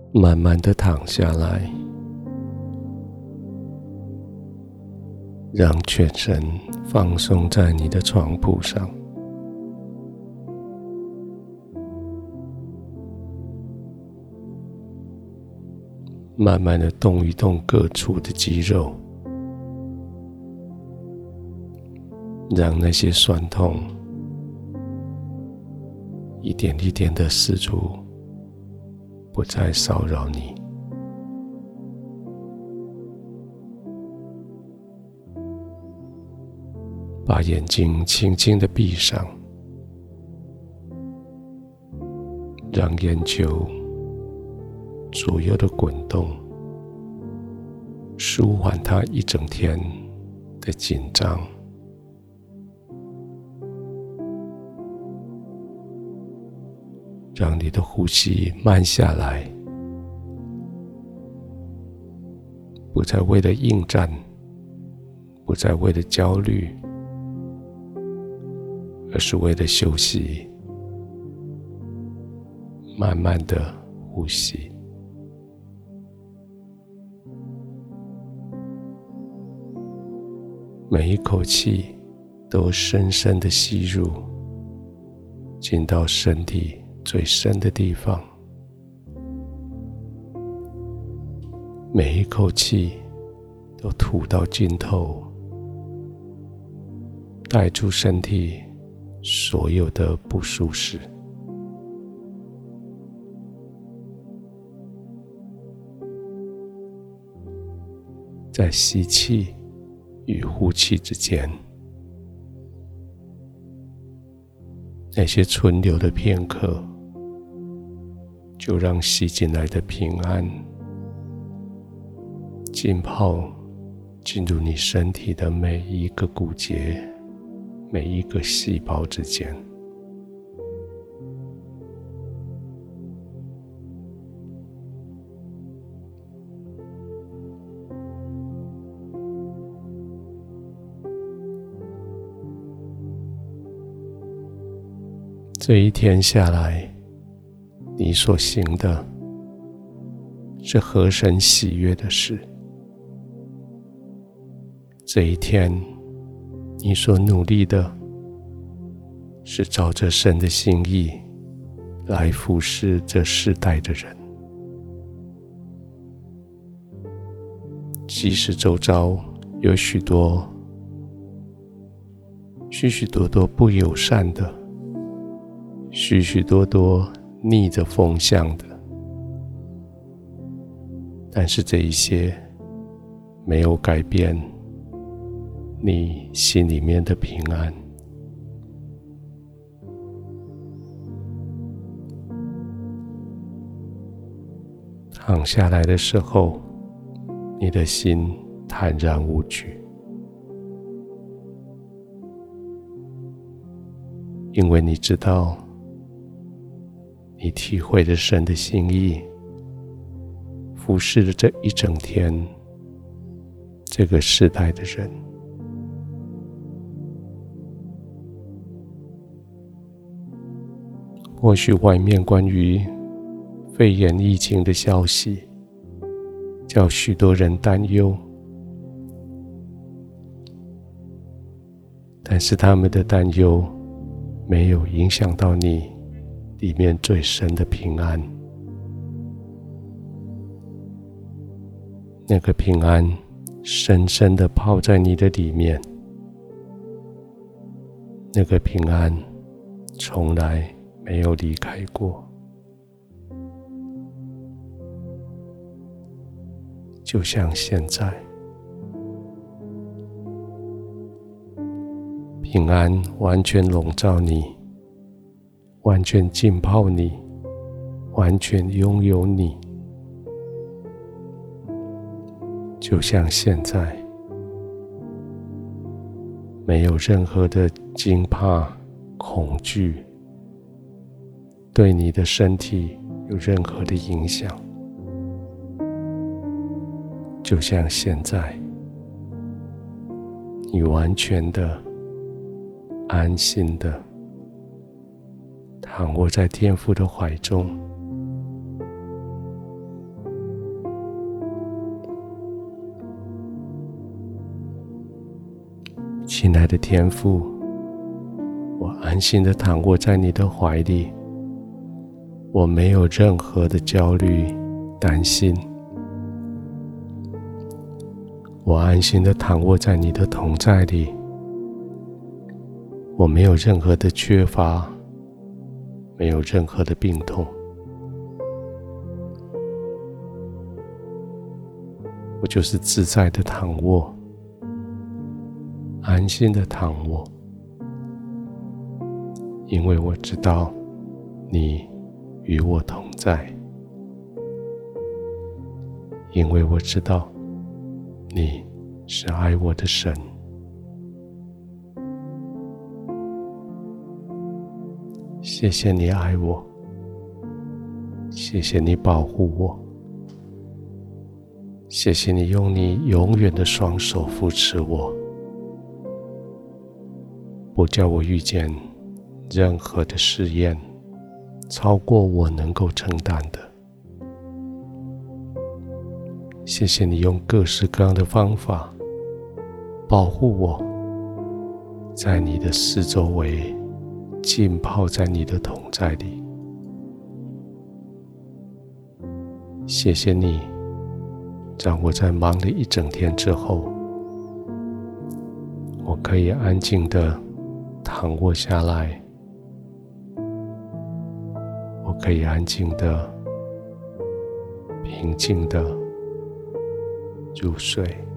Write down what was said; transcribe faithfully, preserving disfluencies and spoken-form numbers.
慢慢的躺下来，让全身放松在你的床铺上，慢慢的动一动各处的肌肉，让那些酸痛一点一点的释出，不再骚扰你。把眼睛轻轻的闭上，让眼球左右的滚动，舒缓它一整天的紧张。让你的呼吸慢下来，不再为了应战，不再为了焦虑，而是为了休息，慢慢的呼吸。每一口气都深深的吸入，进到身体最深的地方，每一口气都吐到尽头，带出身体所有的不舒适。在吸气与呼气之间，那些存留的片刻，就让吸进来的平安浸泡进入你身体的每一个骨节，每一个细胞之间。这一天下来，你所行的是合神喜悦的事。这一天，你所努力的是照着神的心意来服侍这世代的人。即使周遭有许多许许多多不友善的，许许多多逆着风向的，但是这一些没有改变你心里面的平安。躺下来的时候，你的心坦然无惧，因为你知道你体会了神的心意，服侍了这一整天这个时代的人。或许外面关于肺炎疫情的消息叫许多人担忧，但是他们的担忧没有影响到你里面最深的平安。那个平安深深地泡在你的里面，那个平安从来没有离开过。就像现在，平安完全笼罩你，完全浸泡你，完全拥有你。就像现在，没有任何的惊怕、恐惧对你的身体有任何的影响。就像现在，你完全的安心的躺卧在天父的怀中， 亲爱的天父，我安心地躺卧在你的怀里，我没有任何的焦虑、担心。我安心地躺卧在你的同在里，我没有任何的缺乏，没有任何的病痛。我就是自在的躺卧，安心的躺卧，因为我知道你与我同在，因为我知道你是爱我的神。谢谢你爱我，谢谢你保护我，谢谢你用你永远的双手扶持我，不叫我遇见任何的试验超过我能够承担的。谢谢你用各式各样的方法保护我，在你的四周围浸泡在你的同在里。谢谢你让我在忙了一整天之后，我可以安静地躺卧下来，我可以安静地、平静地入睡。